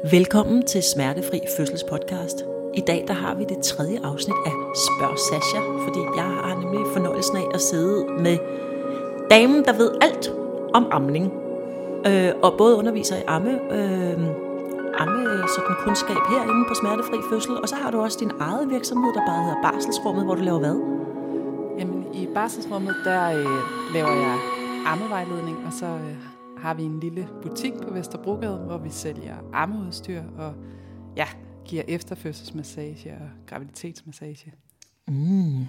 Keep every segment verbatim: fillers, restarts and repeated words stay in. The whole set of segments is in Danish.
Velkommen til Smertefri Fødsels podcast. I dag der har vi det tredje afsnit af Spørg Sascha, fordi jeg har nemlig fornøjelsen af at sidde med damen, der ved alt om amning, øh, og både underviser i amme, øh, amme sådan kundskab herinde på Smertefri Fødsel, og så har du også din eget virksomhed, der bare hedder Barselsrummet, hvor du laver hvad? Jamen, i Barselsrummet, der øh, laver jeg ammevejledning, og så øh, har vi en lille butik på Vesterbrogade, hvor vi sælger ammeudstyr og ja, giver efterfødselsmassage og graviditetsmassage. Mm.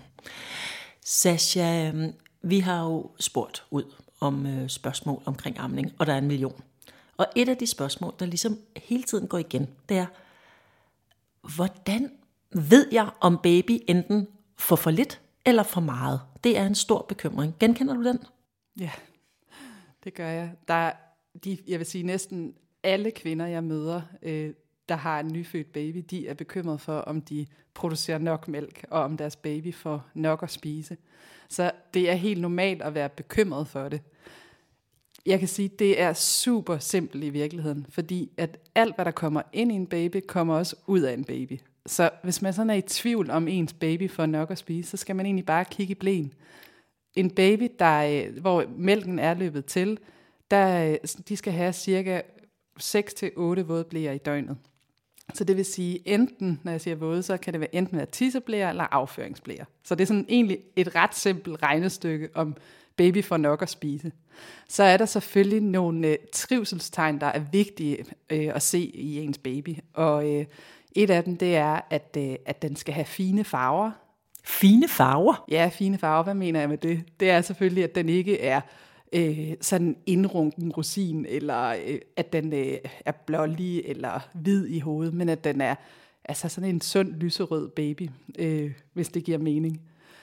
Sascha, vi har jo spurgt ud om øh, spørgsmål omkring amning, og der er en million. Og et af de spørgsmål, der ligesom hele tiden går igen, det er, hvordan ved jeg, om baby enten får for lidt eller for meget? Det er en stor bekymring. Genkender du den? Ja, det gør jeg. Der er, de, jeg vil sige, næsten alle kvinder, jeg møder, øh, der har en nyfødt baby, de er bekymret for, om de producerer nok mælk, og om deres baby får nok at spise. Så det er helt normalt at være bekymret for det. Jeg kan sige, at det er super simpelt i virkeligheden, fordi at alt, hvad der kommer ind i en baby, kommer også ud af en baby. Så hvis man sådan er i tvivl om ens baby får nok at spise, så skal man egentlig bare kigge i blæen. En baby, der, hvor mælken er løbet til, der, de skal have cirka seks til otte vådbleer i døgnet. Så det vil sige, enten, når jeg siger våde, så kan det være enten være tissebleer eller afføringsbleer. Så det er sådan egentlig et ret simpelt regnestykke, om baby får nok at spise. Så er der selvfølgelig nogle øh, trivselstegn, der er vigtige øh, at se i ens baby. Og øh, et af dem, det er, at, øh, at den skal have fine farver. Fine farver? Ja, fine farver. Hvad mener jeg med det? Det er selvfølgelig, at den ikke er øh, sådan indrunken rosin, eller øh, at den øh, er blålig eller hvid i hovedet, men at den er altså sådan en sund lyserød baby, øh, hvis det giver mening.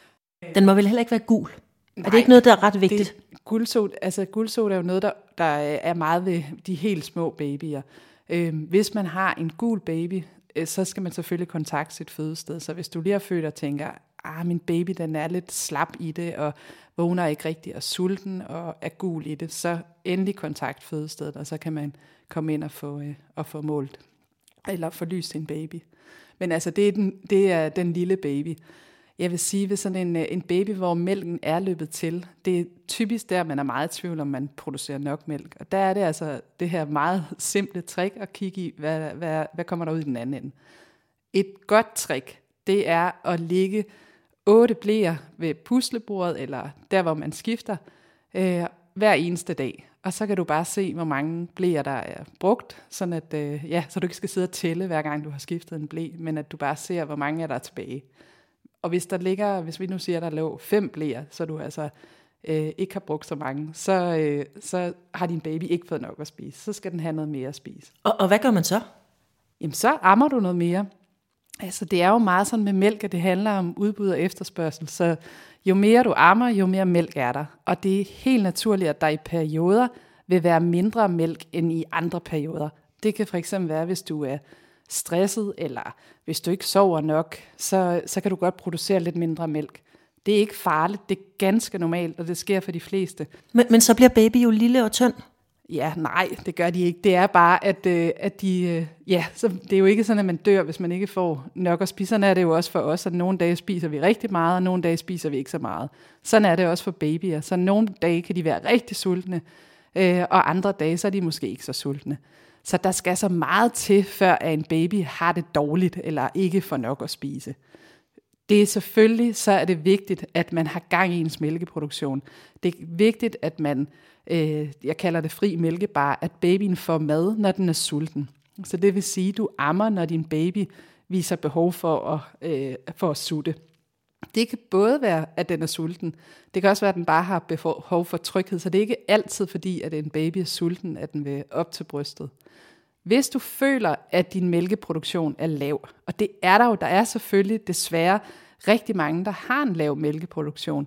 Den må vel heller ikke være gul? Nej, er det ikke noget, der er ret vigtigt? Guldsot, altså guldsot er jo noget, der, der er meget ved de helt små babyer. Øh, hvis man har en gul baby, øh, så skal man selvfølgelig kontakte sit fødested. Så hvis du lige har født og tænker, ah, min baby den er lidt slap i det, og vågner ikke rigtig og sulten og er gul i det, så endelig kontakt fødestedet, og så kan man komme ind og få, øh, og få målt, eller få lyst sin baby. Men altså, det er den, det er den lille baby. Jeg vil sige, ved sådan en, en baby, hvor mælken er løbet til, det er typisk der, man er meget i tvivl, om man producerer nok mælk. Og der er det altså det her meget simple trick at kigge i, hvad, hvad, hvad kommer der ud i den anden ende. Et godt trick, det er at lægge otte bleer ved puslebordet, eller der, hvor man skifter, øh, hver eneste dag. Og så kan du bare se, hvor mange bleer, der er brugt, sådan at, øh, ja, så du ikke skal sidde og tælle, hver gang du har skiftet en ble, men at du bare ser, hvor mange er der tilbage. Og hvis der ligger, hvis vi nu siger, der lå fem bleer, så du altså øh, ikke har brugt så mange, så, øh, så har din baby ikke fået nok at spise. Så skal den have noget mere at spise. Og, og hvad gør man så? Jamen, så ammer du noget mere. Altså, det er jo meget sådan med mælk, at det handler om udbud og efterspørgsel. Så jo mere du ammer, jo mere mælk er der. Og det er helt naturligt, at der i perioder vil være mindre mælk end i andre perioder. Det kan for eksempel være, hvis du er stresset, eller hvis du ikke sover nok, så, så kan du godt producere lidt mindre mælk. Det er ikke farligt, det er ganske normalt, og det sker for de fleste. Men, men så bliver baby jo lille og tynd? Ja, nej, det gør de ikke. Det er bare, at, øh, at de, øh, ja, så det er jo ikke sådan, at man dør, hvis man ikke får nok at spise. Sådan er det jo også for os, at nogle dage spiser vi rigtig meget, og nogle dage spiser vi ikke så meget. Sådan er det også for babyer. Så nogle dage kan de være rigtig sultne, øh, og andre dage, så er de måske ikke så sultne. Så der skal så meget til, før at en baby har det dårligt, eller ikke får nok at spise. Det er selvfølgelig, så er det vigtigt, at man har gang i ens mælkeproduktion. Det er vigtigt, at man, øh, jeg kalder det fri mælkebar, at babyen får mad, når den er sulten. Så det vil sige, at du ammer, når din baby viser behov for at, øh, for at sutte. Det kan både være, at den er sulten. Det kan også være, at den bare har behov for tryghed. Så det er ikke altid fordi, at en baby er sulten, at den vil op til brystet. Hvis du føler, at din mælkeproduktion er lav, og det er der jo, der er selvfølgelig desværre rigtig mange, der har en lav mælkeproduktion.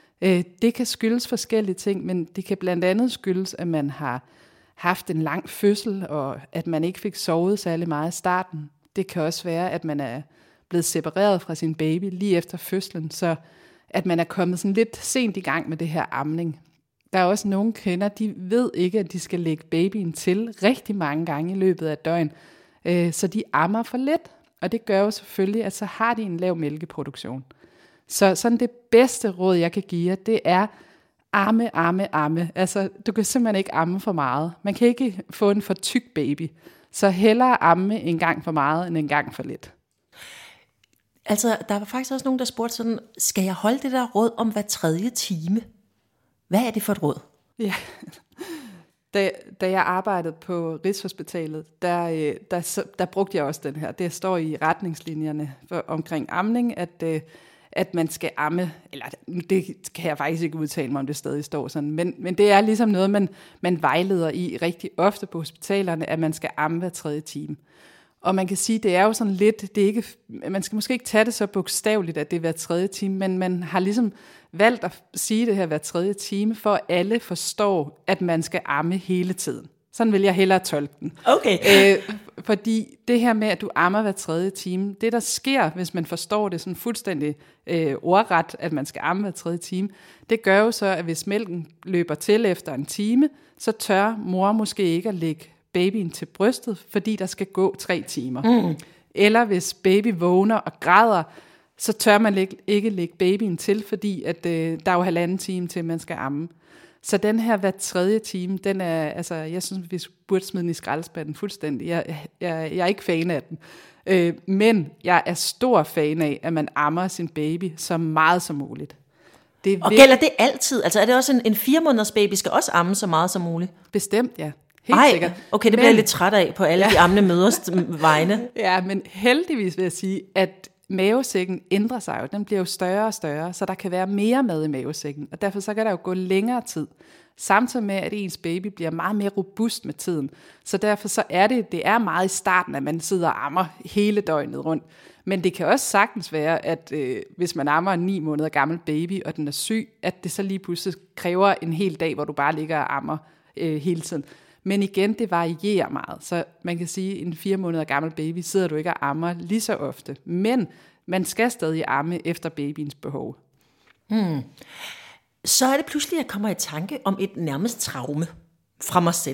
Det kan skyldes forskellige ting, men det kan blandt andet skyldes, at man har haft en lang fødsel, og at man ikke fik sovet særlig meget i starten. Det kan også være, at man er blevet separeret fra sin baby lige efter fødslen, så at man er kommet sådan lidt sent i gang med det her amning. Der er også nogle kvinder, de ved ikke, at de skal lægge babyen til rigtig mange gange i løbet af et døgn. Øh, så de ammer for lidt, og det gør jo selvfølgelig, at så har de en lav mælkeproduktion. Så sådan det bedste råd, jeg kan give jer, det er amme, amme, amme. Altså, du kan simpelthen ikke amme for meget. Man kan ikke få en for tyk baby. Så hellere amme en gang for meget, end en gang for lidt. Altså, der var faktisk også nogen, der spurgte sådan, skal jeg holde det der råd om hver tredje time? Hvad er det for et råd? Ja, da, da jeg arbejdede på Rigshospitalet, der, der, der brugte jeg også den her. Det står i retningslinjerne for, omkring amning, at, at man skal amme, eller det kan jeg faktisk ikke udtale mig, om det stadig står sådan, men, men det er ligesom noget, man, man vejleder i rigtig ofte på hospitalerne, at man skal amme hver tredje time. Og man kan sige, det er jo sådan lidt, det er ikke, man skal måske ikke tage det så bogstaveligt, at det er hver tredje time, men man har ligesom valgt at sige det her hver tredje time, for at alle forstår, at man skal amme hele tiden. Sådan vil jeg hellere tolke den. Okay. Øh, fordi det her med, at du ammer hver tredje time, det der sker, hvis man forstår det sådan fuldstændig øh, ordret, at man skal amme hver tredje time, det gør jo så, at hvis mælken løber til efter en time, så tør mor måske ikke at lægge babyen til brystet, fordi der skal gå tre timer. Mm. Eller hvis baby vågner og græder, så tør man ikke, ikke lægge babyen til, fordi at, øh, der er jo halvanden time til, man skal amme. Så den her hver tredje time, den er, altså, jeg synes, vi burde smide den i skraldespanden fuldstændig. Jeg, jeg, jeg er ikke fan af den. Øh, men jeg er stor fan af, at man ammer sin baby så meget som muligt. Det og gælder det altid? Altså er det også en, en fire måneders baby skal også amme så meget som muligt? Bestemt, ja. Helt Ej, sikkert. Okay, det men, bliver jeg lidt træt af på alle ja. de ammende mødres vegne. Ja, men heldigvis vil jeg sige, at mavesækken ændrer sig jo. Den bliver jo større og større, så der kan være mere mad i mavesækken. Og derfor så kan der jo gå længere tid. Samtidig med, at ens baby bliver meget mere robust med tiden. Så derfor så er det, det er meget i starten, at man sidder og ammer hele døgnet rundt. Men det kan også sagtens være, at øh, hvis man ammer en ni måneder gammel baby, og den er syg, at det så lige pludselig kræver en hel dag, hvor du bare ligger og ammer øh, hele tiden. Men igen, det varierer meget. Så man kan sige, at en fire måneder gammel baby sidder du ikke og ammer lige så ofte. Men man skal stadig amme efter babyens behov. Hmm. Så er det pludselig, at jeg kommer i tanke om et nærmest traume fra mig selv.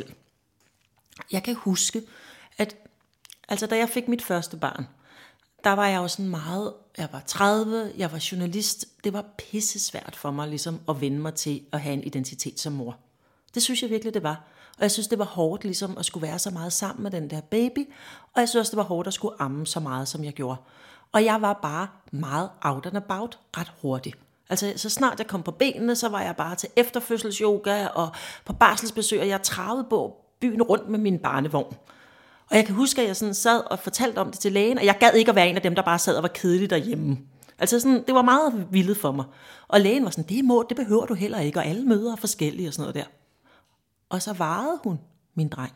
Jeg kan huske, at altså, da jeg fik mit første barn, der var jeg jo sådan meget, jeg var tredive, jeg var journalist. Det var pissesvært for mig ligesom at vende mig til at have en identitet som mor. Det synes jeg virkelig, det var. Og jeg synes, det var hårdt ligesom at skulle være så meget sammen med den der baby. Og jeg synes også, det var hårdt at skulle amme så meget, som jeg gjorde. Og jeg var bare meget out and about ret hurtigt. Altså, så snart jeg kom på benene, så var jeg bare til efterfødselsyoga og på barselsbesøg, og jeg travede på byen rundt med min barnevogn. Og jeg kan huske, at jeg sådan sad og fortalte om det til lægen, og jeg gad ikke at være en af dem, der bare sad og var kedelig derhjemme. Altså sådan, det var meget vildt for mig. Og lægen var sådan, det må, det behøver du heller ikke, og alle møder er forskellige og sådan noget der. Og så varede hun min dreng.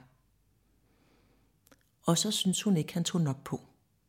Og så syntes hun ikke, han tog nok på.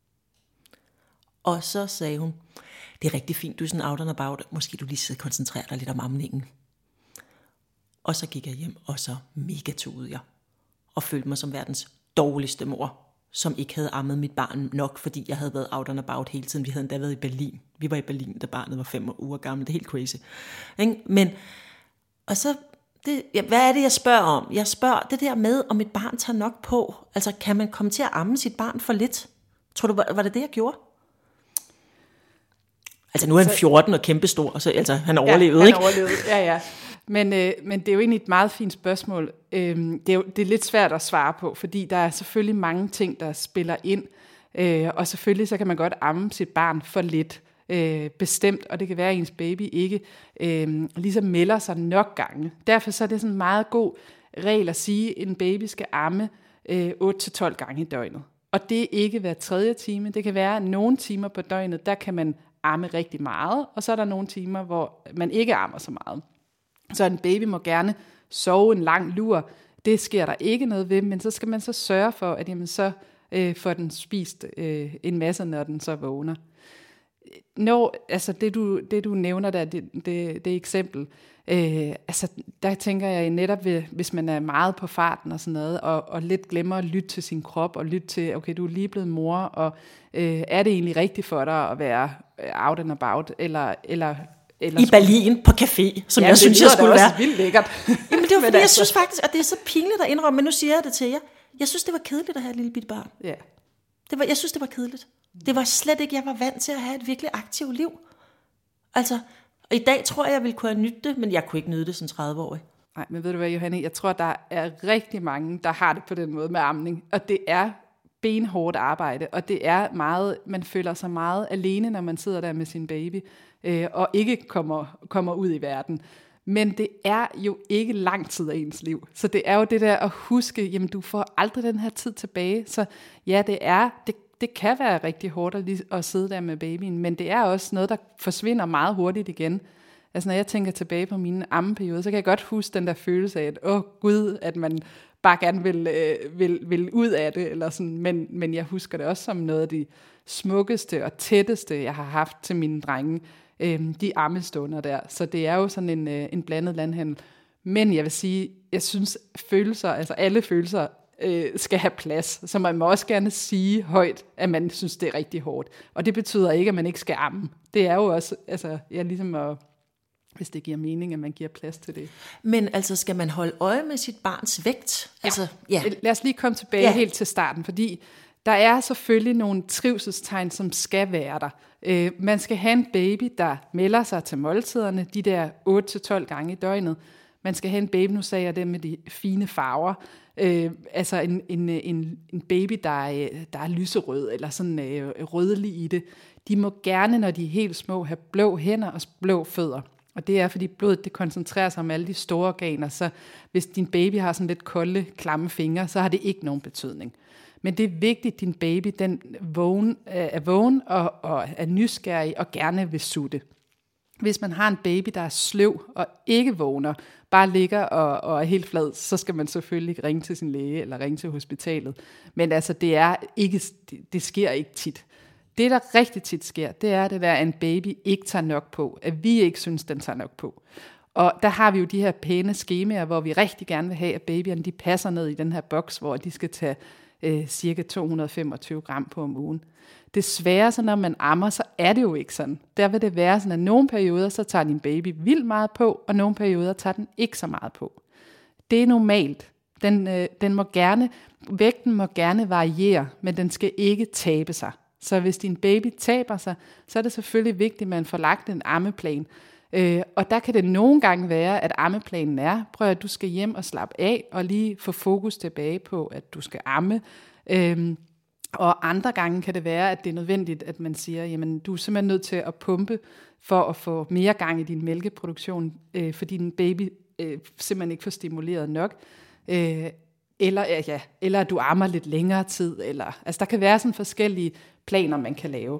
Og så sagde hun, det er rigtig fint, du er sådan out and about, måske du lige sidder og koncentrerer dig lidt om amningen. Og så gik jeg hjem, og så mega tugede jeg. Og følte mig som verdens dårligste mor, som ikke havde ammet mit barn nok, fordi jeg havde været out and about hele tiden. Vi havde endda været i Berlin. Vi var i Berlin, da barnet var fem uger gammel. Det er helt crazy. Men, og så, det, ja, hvad er det, jeg spørger om? Jeg spørger det der med, om et barn tager nok på. Altså, kan man komme til at amme sit barn for lidt? Tror du, var det det, jeg gjorde? Altså, nu er han fjorten og kæmpestor, så altså, han overlevede, ja, ikke? han overlevede, ja, ja. Men, øh, men det er jo egentlig et meget fint spørgsmål. Øhm, det, er jo, det er lidt svært at svare på, fordi der er selvfølgelig mange ting, der spiller ind. Øh, og selvfølgelig så kan man godt amme sit barn for lidt øh, bestemt, og det kan være, at ens baby ikke øh, ligesom melder sig nok gange. Derfor så er det sådan en meget god regel at sige, at en baby skal amme øh, otte til tolv gange i døgnet. Og det er ikke hver tredje time. Det kan være, at nogle timer på døgnet, der kan man amme rigtig meget, og så er der nogle timer, hvor man ikke ammer så meget. Så en baby må gerne sove en lang lur. Det sker der ikke noget ved, men så skal man så sørge for, at jamen, så øh, får den spist øh, en masse, når den så vågner. Når, altså det du, det, du nævner der, det, det, det eksempel, øh, altså der tænker jeg netop, ved, hvis man er meget på farten og sådan noget, og, og lidt glemmer at lytte til sin krop, og lytte til, okay, du er lige blevet mor, og øh, er det egentlig rigtigt for dig at være out and about, eller... eller Eller i Berlin på café, som ja, jeg synes, jeg skulle være. Det er vildt lækkert. Jamen det var fordi, jeg synes faktisk, at det er så pinligt at indrømme, men nu siger jeg det til jer. Jeg synes, det var kedeligt at have et lille bitte barn. Ja. Det var, jeg synes, det var kedeligt. Det var slet ikke, jeg var vant til at have et virkelig aktivt liv. Altså, og i dag tror jeg, jeg ville kunne have nydt det, men jeg kunne ikke nyde det som tredive-årig. Nej, men ved du hvad, Johanne, jeg tror, der er rigtig mange, der har det på den måde med amning, og det er benhårdt arbejde, og det er meget, man føler sig meget alene, når man sidder der med sin baby, øh, og ikke kommer, kommer ud i verden. Men det er jo ikke lang tid af ens liv. Så det er jo det der at huske, jamen du får aldrig den her tid tilbage. Så ja, det er, det, det kan være rigtig hårdt at, at sidde der med babyen, men det er også noget, der forsvinder meget hurtigt igen. Altså når jeg tænker tilbage på mine ammeperiode, så kan jeg godt huske den der følelse af, at åh gud, at man bare gerne vil, øh, vil, vil ud af det, eller sådan. Men, men jeg husker det også som noget af de smukkeste og tætteste, jeg har haft til mine drenge, øh, de ammestunder der. Så det er jo sådan en, øh, en blandet landhandel. Men jeg vil sige, jeg synes følelser, altså alle følelser, øh, skal have plads. Så man må også gerne sige højt, at man synes, det er rigtig hårdt. Og det betyder ikke, at man ikke skal amme. Det er jo også, altså, jeg ligesom at, hvis det giver mening, at man giver plads til det. Men altså, skal man holde øje med sit barns vægt? Ja. Altså, ja. Lad os lige komme tilbage ja. helt til starten, fordi der er selvfølgelig nogle trivselstegn, som skal være der. Øh, man skal have en baby, der melder sig til måltiderne, de der otte til tolv gange i døgnet. Man skal have en baby, nu sagde jeg det med de fine farver, øh, altså en, en, en, en baby, der er, der er lyserød, eller sådan øh, rødlig i det. De må gerne, når de er helt små, have blå hænder og blå fødder. Og det er, fordi blodet det koncentrerer sig om alle de store organer, så hvis din baby har sådan lidt kolde, klamme fingre, så har det ikke nogen betydning. Men det er vigtigt, at din baby den vågen, er vågen og, og er nysgerrig og gerne vil sutte. Hvis man har en baby, der er sløv og ikke vågner, bare ligger og, og er helt flad, så skal man selvfølgelig ringe til sin læge eller ringe til hospitalet. Men altså, det, er ikke, det, det sker ikke tit. Det, der rigtig tit sker, det er det der, at en baby ikke tager nok på. At vi ikke synes, den tager nok på. Og der har vi jo de her pæne skemaer, hvor vi rigtig gerne vil have, at babyerne de passer ned i den her boks, hvor de skal tage øh, cirka to hundrede og femogtyve gram på om ugen. Desværre, så når man ammer, så er det jo ikke sådan. Der vil det være sådan, at nogle perioder, så tager din baby vildt meget på, og nogle perioder tager den ikke så meget på. Det er normalt. Den, øh, den må gerne, vægten må gerne variere, men den skal ikke tabe sig. Så hvis din baby taber sig, så er det selvfølgelig vigtigt, at man får lagt en ammeplan. Øh, og der kan det nogle gange være, at ammeplanen er, prøv at du skal hjem og slappe af, og lige få fokus tilbage på, at du skal amme. Øh, og andre gange kan det være, at det er nødvendigt, at man siger, jamen du er simpelthen nødt til at pumpe, for at få mere gang i din mælkeproduktion, øh, fordi din baby øh, simpelthen ikke får stimuleret nok. Øh, Eller, ja, eller at du ammer lidt længere tid. Eller, altså der kan være sådan forskellige planer, man kan lave.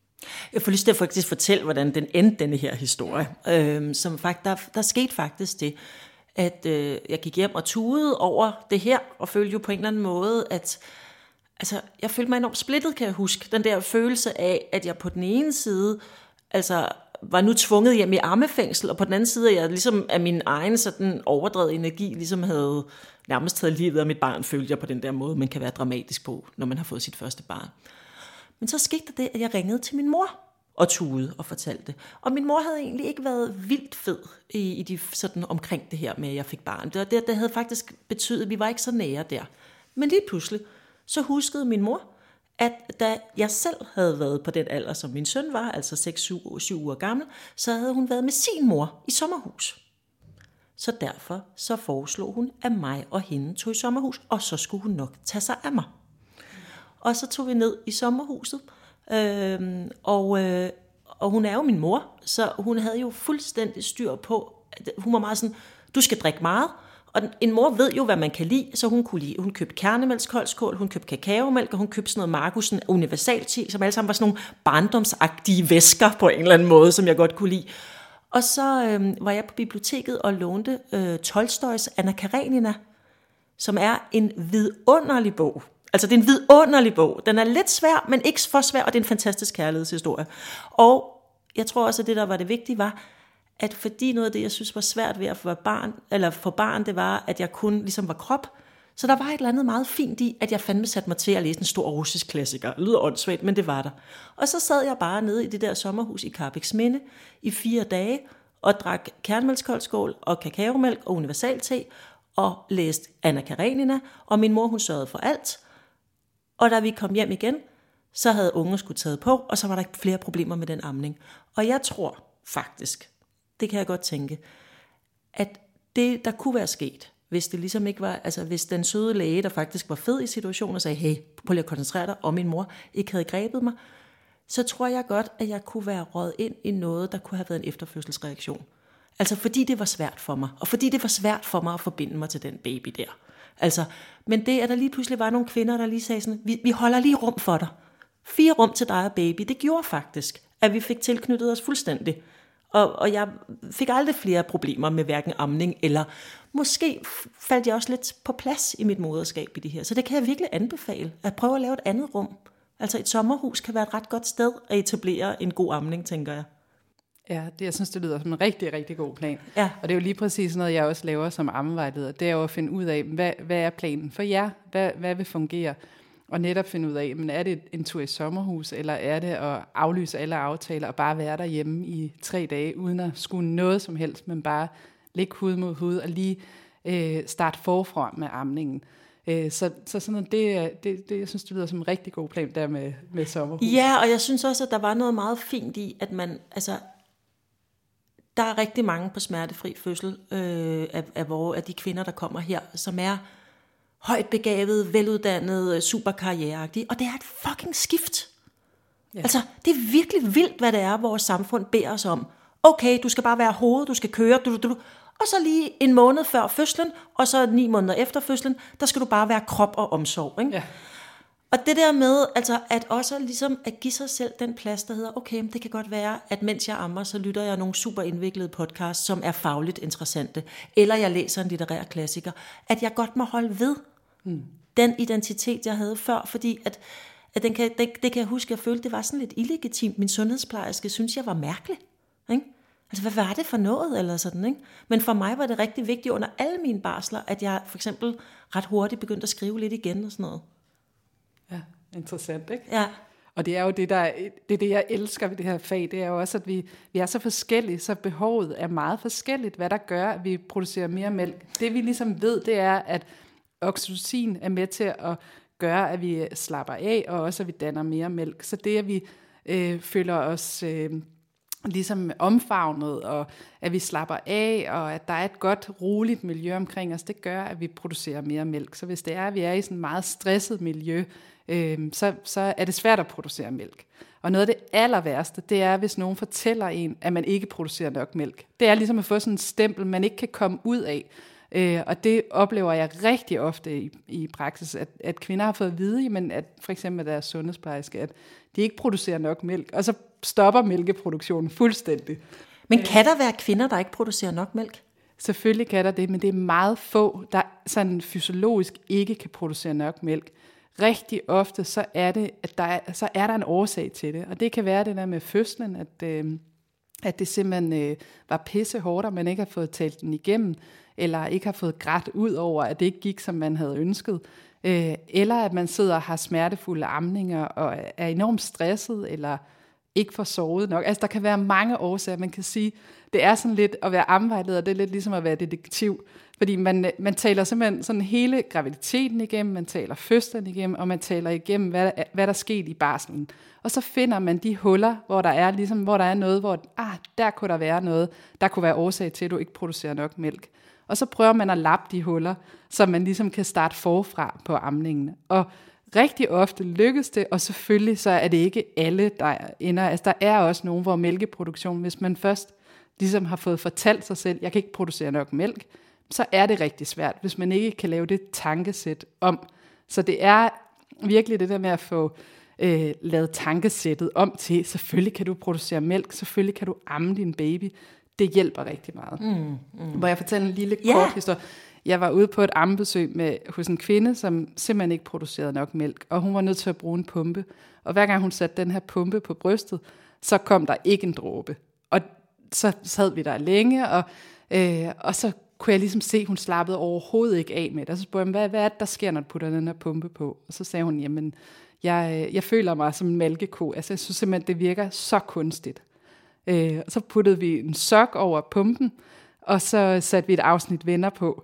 Jeg får lyst til at faktisk fortælle, hvordan den endte, denne her historie. Øhm, som fakt, der, der skete faktisk det, at øh, jeg gik hjem og tudede over det her, og følte jo på en eller anden måde, at altså, jeg følte mig enormt splittet, kan jeg huske. Den der følelse af, at jeg på den ene side altså, var nu tvunget hjem i ammefængsel, og på den anden side, at jeg ligesom af min egen sådan overdrevet energi ligesom havde nærmest taget livet af mit barn, følte jeg på den der måde, man kan være dramatisk på, når man har fået sit første barn. Men så skete der det, at jeg ringede til min mor og tudede og fortalte det. Og min mor havde egentlig ikke været vildt fed i, i de, sådan omkring det her med, at jeg fik barn. Det, det, det havde faktisk betydet, at vi var ikke så nære der. Men lige pludselig, så huskede min mor, at da jeg selv havde været på den alder, som min søn var, altså seks syv uger gammel, så havde hun været med sin mor i sommerhus. Så derfor så foreslog hun, at mig og hende tog i sommerhus, og så skulle hun nok tage sig af mig. Og så tog vi ned i sommerhuset, øh, og, øh, og hun er jo min mor, så hun havde jo fuldstændig styr på, hun var meget sådan, du skal drikke meget, og en mor ved jo, hvad man kan lide, så hun kunne lide, hun købte kærnemælkskoldskål, hun købte kakaomælk, og hun købte sådan noget Markusen universalti, som alle sammen var sådan nogle barndomsagtige væsker på en eller anden måde, som jeg godt kunne lide. Og så øh, var jeg på biblioteket og lånte øh, Tolstojs Anna Karenina, som er en vidunderlig bog. Altså det er en vidunderlig bog. Den er lidt svær, men ikke for svær, og det er en fantastisk kærlighedshistorie. Og jeg tror også, at det, der var det vigtige, var, at fordi noget af det, jeg synes var svært ved at få barn, eller få barn, det var, at jeg kun ligesom var krop. Så der var et eller andet meget fint i, at jeg fandme satte mig til at læse en stor russisk klassiker. Det lyder åndssvagt, men det var der. Og så sad jeg bare nede i det der sommerhus i Karrebæksminde i fire dage, og drak kærnemælkskoldskål og kakaomælk og universalte, og læste Anna Karenina, og min mor hun sørgede for alt. Og da vi kom hjem igen, så havde ungen skulle taget på, og så var der ikke flere problemer med den amning. Og jeg tror faktisk, det kan jeg godt tænke, at det, der kunne være sket, hvis det ligesom ikke var, altså hvis den søde læge, der faktisk var fed i situationen, og sagde, hey, prøv lige at koncentrere dig, og min mor ikke havde grebet mig, så tror jeg godt, at jeg kunne være røget ind i noget, der kunne have været en efterfødselsreaktion. Altså fordi det var svært for mig, og fordi det var svært for mig at forbinde mig til den baby der. Altså, men det, at der lige pludselig var nogle kvinder, der lige sagde sådan, vi, vi holder lige rum for dig. Fire rum til dig og baby, det gjorde faktisk, at vi fik tilknyttet os fuldstændig. Og, og jeg fik aldrig flere problemer med hverken amning, eller måske faldt jeg også lidt på plads i mit moderskab i det her. Så det kan jeg virkelig anbefale, at prøve at lave et andet rum. Altså et sommerhus kan være et ret godt sted at etablere en god amning, tænker jeg. Ja, det, jeg synes, det lyder som en rigtig, rigtig god plan. Ja. Og det er jo lige præcis noget, jeg også laver som ammevejleder. Det er jo at finde ud af, hvad, hvad er planen for jer? Hvad, hvad vil fungere? Og netop finde ud af, men er det en tur i sommerhus, eller er det at aflyse alle aftaler og bare være derhjemme i tre dage, uden at skulle noget som helst, men bare ligge hud mod hud og lige øh, starte forfra med amningen. Øh, så, så sådan noget, det, det, det, jeg synes, det lyder som en rigtig god plan der med, med sommerhus. Ja, og jeg synes også, at der var noget meget fint i, at man, altså, der er rigtig mange på smertefri fødsel øh, af, af, hvor, af de kvinder, der kommer her, som er højt begavet, veluddannede, super karriereagtige, og det er et fucking skift. Ja. Altså, det er virkelig vildt, hvad det er, vores samfund beder os om. Okay, du skal bare være hoved, du skal køre, du, du, du. Og så lige en måned før fødslen, og så ni måneder efter fødslen, der skal du bare være krop og omsorg. Ikke? Ja. Og det der med, altså, at også ligesom at give sig selv den plads, der hedder, okay, det kan godt være, at mens jeg ammer, så lytter jeg nogle super indviklede podcasts, som er fagligt interessante, eller jeg læser en litterær klassiker, at jeg godt må holde ved hmm. den identitet, jeg havde før, fordi at, at den kan, det, det kan jeg huske, jeg følte, det var sådan lidt illegitimt. Min sundhedsplejerske synes, jeg var mærkelig. Ikke? Altså, hvad var det for noget, eller sådan, ikke? Men for mig var det rigtig vigtigt under alle mine barsler, at jeg for eksempel ret hurtigt begyndte at skrive lidt igen og sådan noget. Ja, interessant, ikke? Ja. Og det er jo det, der, det, er det, jeg elsker ved det her fag, det er jo også, at vi, vi er så forskellige, så behovet er meget forskelligt, hvad der gør, at vi producerer mere mælk. Det vi ligesom ved, det er, at oxytocin er med til at gøre, at vi slapper af, og også at vi danner mere mælk. Så det, at vi øh, føler os øh, ligesom omfavnet, og at vi slapper af, og at der er et godt, roligt miljø omkring os, det gør, at vi producerer mere mælk. Så hvis det er, at vi er i sådan et meget stresset miljø, øh, så, så er det svært at producere mælk. Og noget af det aller værste, det er, hvis nogen fortæller en, at man ikke producerer nok mælk. Det er ligesom at få sådan en stempel, man ikke kan komme ud af. Øh, og det oplever jeg rigtig ofte i, i praksis, at, at kvinder har fået at vide, men at for eksempel deres sundhedsplejerske, at de ikke producerer nok mælk, og så stopper mælkeproduktionen fuldstændig. Men kan der være kvinder, der ikke producerer nok mælk? Selvfølgelig kan der det, men det er meget få, der sådan fysiologisk ikke kan producere nok mælk. Rigtig ofte, så er, det, at der er, så er der en årsag til det, og det kan være det der med fødslen, at, øh, at det simpelthen øh, var pisse hårdt, og man ikke har fået talt den igennem, eller ikke har fået grædt ud over, at det ikke gik, som man havde ønsket, øh, eller at man sidder og har smertefulde amninger, og er enormt stresset, eller ikke får sovet nok. Altså, der kan være mange årsager, man kan sige. Det er sådan lidt at være ammevejleder, det er lidt ligesom at være detektiv, fordi man, man taler simpelthen sådan hele graviditeten igennem, man taler fødslen igennem, og man taler igennem, hvad, hvad der er sket i barslen. Og så finder man de huller, hvor der er, ligesom, hvor der er noget, hvor ah, der kunne der være noget, der kunne være årsag til, at du ikke producerer nok mælk. Og så prøver man at lappe de huller, så man ligesom kan starte forfra på amningen. Og rigtig ofte lykkes det, og selvfølgelig så er det ikke alle, der ender. Altså der er også nogen, hvor mælkeproduktion, hvis man først ligesom har fået fortalt sig selv, jeg kan ikke producere nok mælk, så er det rigtig svært, hvis man ikke kan lave det tankesæt om. Så det er virkelig det der med at få øh, lavet tankesættet om til, selvfølgelig kan du producere mælk, selvfølgelig kan du amme din baby. Det hjælper rigtig meget. Mm, mm. Hvor jeg fortæller en lille kort yeah. historie. Jeg var ude på et ammebesøg med, hos en kvinde, som simpelthen ikke producerede nok mælk, og hun var nødt til at bruge en pumpe. Og hver gang hun satte den her pumpe på brystet, så kom der ikke en dråbe. Og så sad vi der længe, og, øh, og så kunne jeg ligesom se, at hun slappede overhovedet ikke af med det. Og så spurgte jeg, hvad, hvad er det, der sker, når du putter den her pumpe på? Og så sagde hun, jamen, jeg, jeg føler mig som en mælkeko. Altså, jeg synes simpelthen, det virker så kunstigt. Øh, så puttede vi en sok over pumpen, og så satte vi et afsnit Venner på.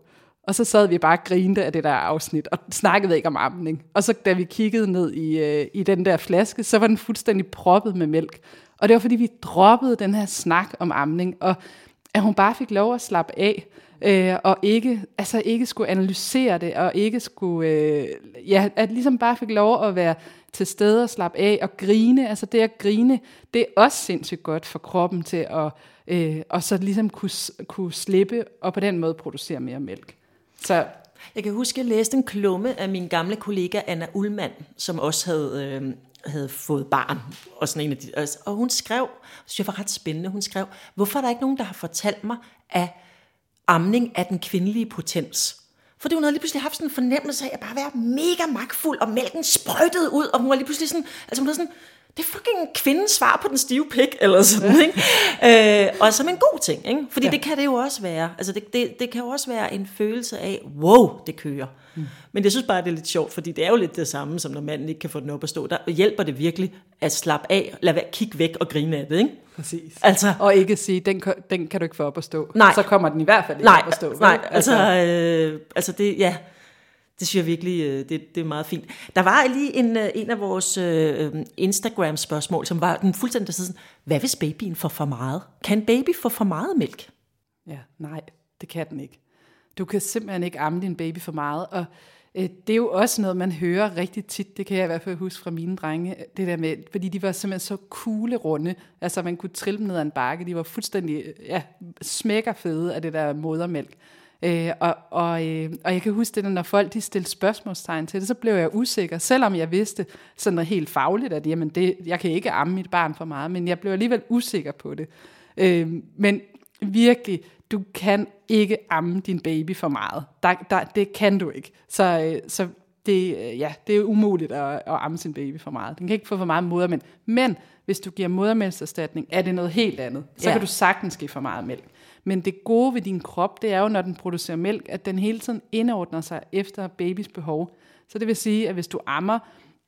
Og så sad vi bare og grinte af det der afsnit, og snakkede ikke om amning. Og så da vi kiggede ned i, øh, i den der flaske, så var den fuldstændig proppet med mælk. Og det var fordi, vi droppede den her snak om amning, og at hun bare fik lov at slappe af, øh, og ikke, altså ikke skulle analysere det, og ikke skulle, øh, ja, at ligesom bare fik lov at være til stede og slappe af, og grine. Altså det at grine, det er også sindssygt godt for kroppen til at, øh, og så ligesom kunne, kunne slippe, og på den måde producere mere mælk. Så jeg kan huske, at jeg læste en klumme af min gamle kollega Anna Ullmann, som også havde, øh, havde fået barn. Og, sådan en af de, og hun skrev, synes jeg var ret spændende, hun skrev, hvorfor er der ikke nogen, der har fortalt mig, at amning er den kvindelige potens? Fordi hun havde lige pludselig haft sådan en fornemmelse af at bare være mega magtfuld, og mælken sprøjtede ud, og hun var lige pludselig sådan, altså hun havde sådan, det er fucking kvindens svar på den stive pik, eller sådan, ikke? Øh, og som en god ting, ikke? Fordi ja. det kan det jo også være. Altså det, det, det kan jo også være en følelse af, wow, det kører. Mm. Men jeg synes bare, det er lidt sjovt, fordi det er jo lidt det samme, som når manden ikke kan få den op at stå. Der hjælper det virkelig at slappe af, lade være, kigge væk og grine af det, ikke? Præcis. Altså, og ikke sige, den, den kan du ikke få op at stå. Nej. Så kommer den i hvert fald ikke nej, op at stå. Nej, altså, altså, øh, altså det, ja... Det synes jeg virkelig, det, det er meget fint. Der var lige en, en af vores øh, Instagram-spørgsmål, som var den fuldstændig sådan, hvad hvis babyen får for meget? Kan en baby få for meget mælk? Ja, nej, det kan den ikke. Du kan simpelthen ikke amme din baby for meget, og øh, det er jo også noget, man hører rigtig tit, det kan jeg i hvert fald huske fra mine drenge, det der med, fordi de var simpelthen så kuglerunde, altså man kunne trille dem ned ad en bakke, de var fuldstændig, ja, smækkerfede af det der modermælk. Øh, og, og, øh, og jeg kan huske det, når folk de stillede spørgsmålstegn til det, så blev jeg usikker, selvom jeg vidste sådan noget helt fagligt, at jamen det, jeg kan ikke amme mit barn for meget, men jeg blev alligevel usikker på det. Øh, men virkelig, du kan ikke amme din baby for meget. Der, der, det kan du ikke. Så, øh, så det, ja, det er umuligt at, at amme sin baby for meget. Den kan ikke få for meget modermælk. Men hvis du giver modermælkserstatning, er det noget helt andet. Så ja. kan du sagtens give for meget mælk. Men det gode ved din krop, det er jo, når den producerer mælk, at den hele tiden indordner sig efter babys behov. Så det vil sige, at hvis du ammer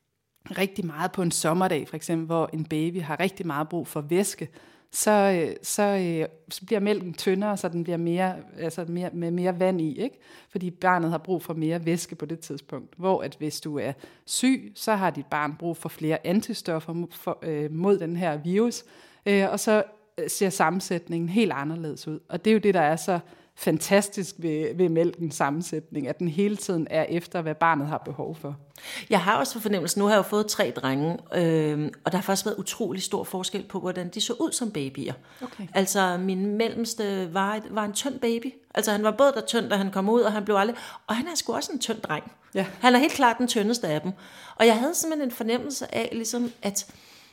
rigtig meget på en sommerdag, for eksempel, hvor en baby har rigtig meget brug for væske, så, så, så bliver mælken tyndere, så den bliver mere, altså mere, med mere vand i, ikke? Fordi barnet har brug for mere væske på det tidspunkt. Hvor at hvis du er syg, så har dit barn brug for flere antistoffer for, øh, mod den her virus, øh, og så ser sammensætningen helt anderledes ud. Og det er jo det, der er så fantastisk ved, ved mælkens sammensætning, at den hele tiden er efter, hvad barnet har behov for. Jeg har også fornemmelse, nu har jeg jo fået tre drenge, øh, og der har faktisk været utrolig stor forskel på, hvordan de så ud som babyer. Okay. Altså, min mellemste var, var en tynd baby. Altså, han var både der tynd, da han kom ud, og han blev aldrig... Og han er sgu også en tynd dreng. Ja. Han er helt klart den tyndeste af dem. Og jeg havde simpelthen en fornemmelse af, ligesom, at...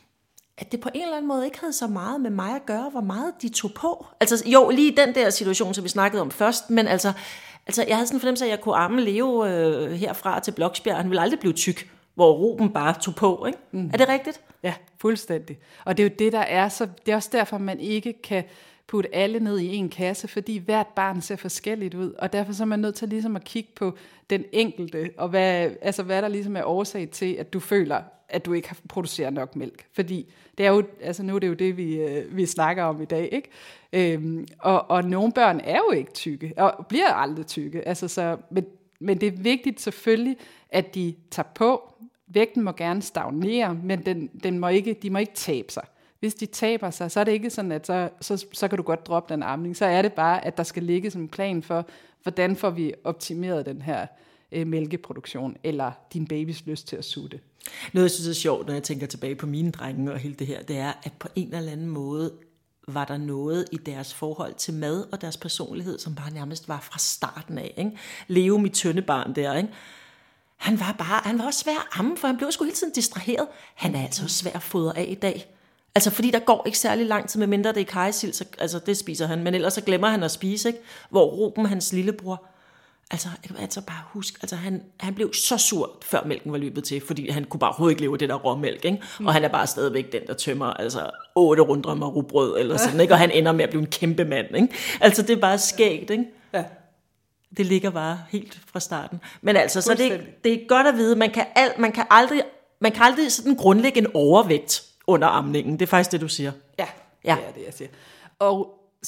at det på en eller anden måde ikke havde så meget med mig at gøre, hvor meget de tog på. Altså jo, lige den der situation, som vi snakkede om først, men altså, altså jeg havde sådan en fornemmelse af, at jeg kunne amme Leo øh, herfra til Bloksbjerg, han ville aldrig blive tyk, hvor Ruben bare tog på, ikke? Mm. Er det rigtigt? Ja, fuldstændig. Og det er jo det, der er, så det er også derfor, man ikke kan putte alle ned i en kasse, fordi hvert barn ser forskelligt ud, og derfor så er man nødt til ligesom at kigge på den enkelte, og hvad, altså hvad der ligesom er årsag til, at du føler, at du ikke har produceret nok mælk. Fordi det er jo, altså nu er det jo det, vi, øh, vi snakker om i dag, ikke? Øhm, og, og nogle børn er jo ikke tykke, og bliver aldrig tykke. Altså, så, men, men det er vigtigt selvfølgelig, at de tager på. Vægten må gerne stagnere, men den, den må ikke, de må ikke tabe sig. Hvis de taber sig, så er det ikke sådan, at så, så, så kan du godt droppe den amning. Så er det bare, at der skal ligge som en plan for, hvordan får vi optimeret den her øh, mælkeproduktion, eller din babys lyst til at sutte. Noget, jeg synes er sjovt, når jeg tænker tilbage på mine drenge og hele det her, det er, at på en eller anden måde var der noget i deres forhold til mad og deres personlighed, som bare nærmest var fra starten af. Ikke? Leo, mit tynde barn der, ikke? Han var bare, han var også svær at amme, for han blev sgu hele tiden distraheret. Han er altså også svær at fodre af i dag. Altså fordi der går ikke særlig lang tid, med mindre det er kajsild, så altså det spiser han, men ellers så glemmer han at spise, ikke? Hvor Ruben, hans lillebror, altså jeg kan altså bare huske, altså han, han blev så sur, før mælken var løbet til, fordi han kunne bare overhovedet ikke leve af det der råmælk, ikke? Mm. Og han er bare stadigvæk den, der tømmer altså otte rundrømmer rugbrød eller sådan, ikke? Og han ender med at blive en kæmpe mand, ikke? Altså det er bare skægt, ikke? Ja. Det ligger bare helt fra starten. Men altså, så det, det er godt at vide, man kan, al, man kan aldrig, man kan aldrig sådan grundlægge en overvægt under amningen. Det er faktisk det, du siger. Ja, ja. Det er det, jeg siger. Og så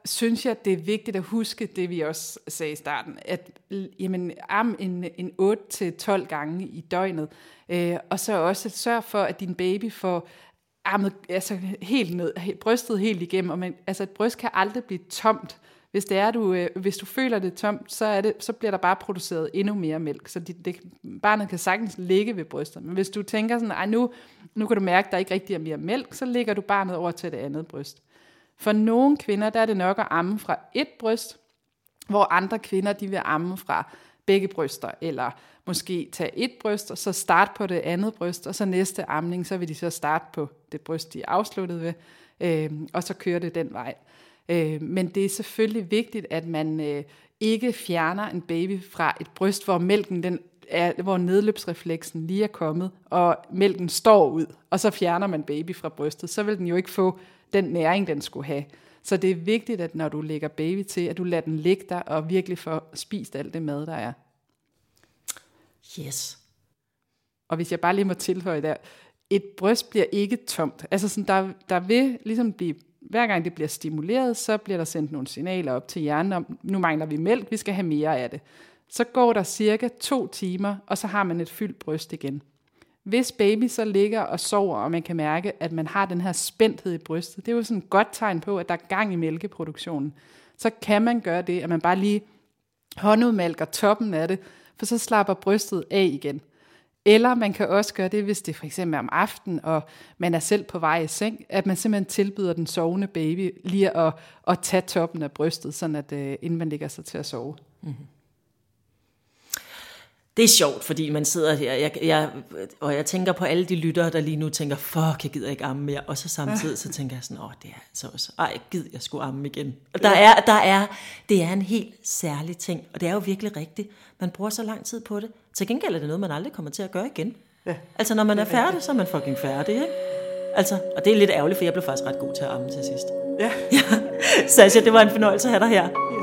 synes jeg, det er vigtigt at huske det, vi også sagde i starten, at jamen, am en, en otte til tolv gange i døgnet, øh, og så også sørg for, at din baby får ammet altså, helt ned, brystet helt igennem, og man, altså et bryst kan aldrig blive tomt. Hvis, det er, du, øh, hvis du føler det tomt, så, er det, så bliver der bare produceret endnu mere mælk, så det, det, barnet kan sagtens ligge ved brystet. Men hvis du tænker sådan, ej nu, nu kan du mærke, at der ikke rigtig er mere mælk, så ligger du barnet over til det andet bryst. For nogle kvinder, der er det nok at amme fra et bryst, hvor andre kvinder, de vil amme fra begge bryster, eller måske tage et bryst, og så starte på det andet bryst, og så næste amning, så vil de så starte på det bryst, de er afsluttet ved, øh, og så kører det den vej. Øh, men det er selvfølgelig vigtigt, at man øh, ikke fjerner en baby fra et bryst, hvor mælken den er, hvor nedløbsrefleksen lige er kommet, og mælken står ud, og så fjerner man baby fra brystet, så vil den jo ikke få den næring, den skulle have. Så det er vigtigt, at når du lægger baby til, at du lader den ligge der, og virkelig får spist alt det mad, der er. Yes. Og hvis jeg bare lige må tilføje der, et bryst bliver ikke tomt. Altså sådan, der, der vil ligesom blive, hver gang det bliver stimuleret, så bliver der sendt nogle signaler op til hjernen om, nu mangler vi mælk, vi skal have mere af det. Så går der cirka to timer, og så har man et fyldt bryst igen. Hvis baby så ligger og sover, og man kan mærke, at man har den her spændthed i brystet, det er jo sådan et godt tegn på, at der er gang i mælkeproduktionen. Så kan man gøre det, at man bare lige håndudmælker toppen af det, for så slapper brystet af igen. Eller man kan også gøre det, hvis det for eksempel er om aftenen, og man er selv på vej i seng, at man simpelthen tilbyder den sovende baby lige at, at tage toppen af brystet, sådan at, uh, inden man ligger sig til at sove. Mm-hmm. Det er sjovt, fordi man sidder her, jeg, jeg, og jeg tænker på alle de lyttere, der lige nu tænker, fuck, jeg gider ikke amme mere, og så samtidig så tænker jeg sådan, åh, det er altså også, ej, gid jeg skulle amme igen. Og der er, der er, det er en helt særlig ting, og det er jo virkelig rigtigt. Man bruger så lang tid på det. Til gengæld er det noget, man aldrig kommer til at gøre igen. Ja. Altså, når man er færdig, så er man fucking færdig, ikke? Altså, og det er lidt ærgerligt, for jeg blev faktisk ret god til at amme til sidst. Ja. Ja. Sascha, det var en fornøjelse at have dig her.